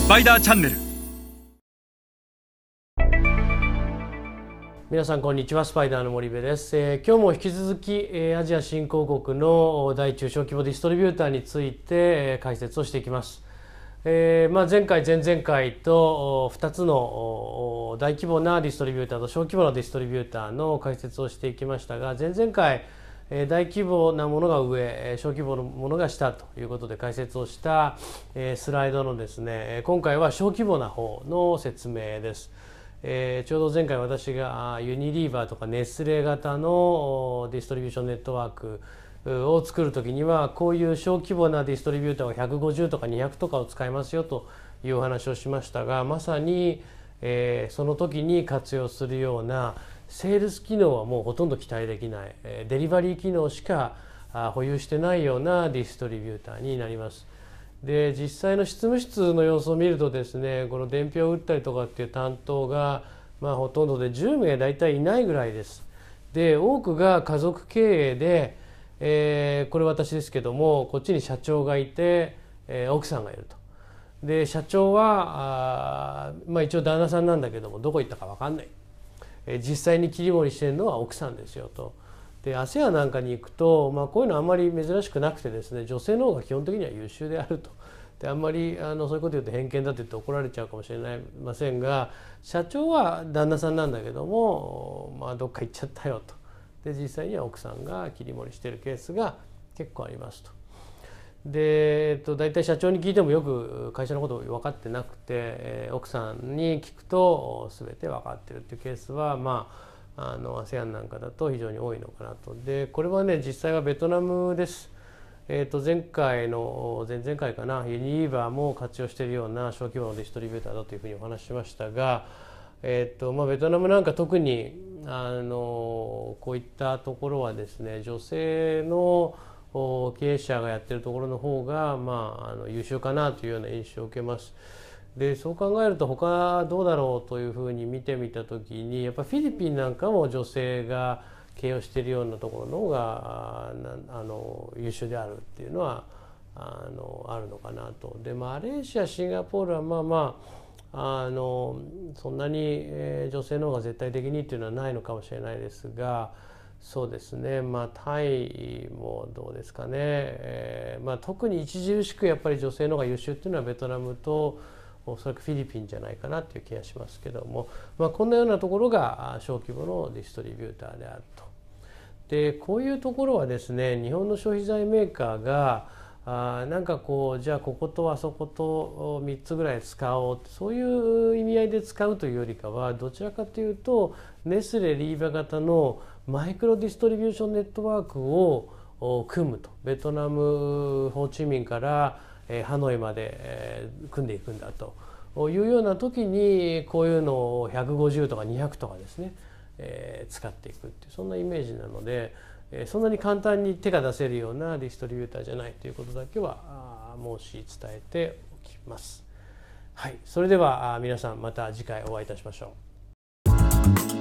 パイダーチャンネル。 皆さんこんにちは、スパイダーの森部です。今日も引き続き、アジア新興国の大中小規模ディストリビューターについて、解説をしていきます。前回前々回と2つの大規模なディストリビューターと小規模なディストリビューターの解説をしていきましたが、前々回大規模なものが上、小規模のものが下ということで解説をしたスライドのですね、今回は小規模な方の説明です。ちょうど前回私がユニリーバーとかネスレ型のディストリビューションネットワークを作るときには、こういう小規模なディストリビューターを150とか200とかを使いますよというお話をしましたが、まさにその時に活用するようなセールス機能はもうほとんど期待できない、デリバリー機能しか保有してないようなディストリビューターになります。で、実際の執務室の様子を見るとですね、この伝票を打ったりとかっていう担当がほとんどで10名大体いないぐらいです。で、多くが家族経営で、これ私ですけども、こっちに社長がいて、奥さんがいると。で、社長は一応旦那さんなんだけども、どこ行ったか分かんない。実際に切り盛りしてるのは奥さんですよと。で、ASEAN なんかに行くと、こういうのあんまり珍しくなくてですね、女性の方が基本的には優秀であると。で、あんまりそういうこと言うと偏見だって言って怒られちゃうかもしれませんが、社長は旦那さんなんだけども、どっか行っちゃったよと。で、実際には奥さんが切り盛りしているケースが結構ありますと。で、大体社長に聞いてもよく会社のこと分かってなくて、奥さんに聞くと全て分かってるっていうケースはASEAN なんかだと非常に多いのかなと。で、これはね、実際はベトナムです。前回の前々回かな、ユニリーバーも活用しているような小規模のディストリビューターだというふうにお話ししましたが、ベトナムなんか特にこういったところはですね、女性の経営者がやってるところの方が優秀かなというような印象を受けます。で、そう考えると他どうだろうというふうに見てみたときに、やっぱフィリピンなんかも女性が経営をしているようなところの方が優秀であるっていうのはあるのかなと。で、マレーシアシンガポールはそんなに女性の方が絶対的にっていうのはないのかもしれないですが、そうですね、タイもどうですかね、特に著しくやっぱり女性の方が優秀っていうのはベトナムとおそらくフィリピンじゃないかなという気がしますけども、こんなようなところが小規模のディストリビューターであると。で、こういうところはですね、日本の消費財メーカーがなんかじゃあこことあそこと3つぐらい使おう、そういう意味合いで使うというよりかは、どちらかというとネスレリーバ型のマイクロディストリビューションネットワークを組むと。ベトナムホーチミンからハノイまで組んでいくんだというような時に、こういうのを150とか200とかですね、使っていくっていう、そんなイメージなので、そんなに簡単に手が出せるようなディストリビューターじゃないということだけは申し伝えておきます。はい、それでは皆さんまた次回お会いいたしましょう。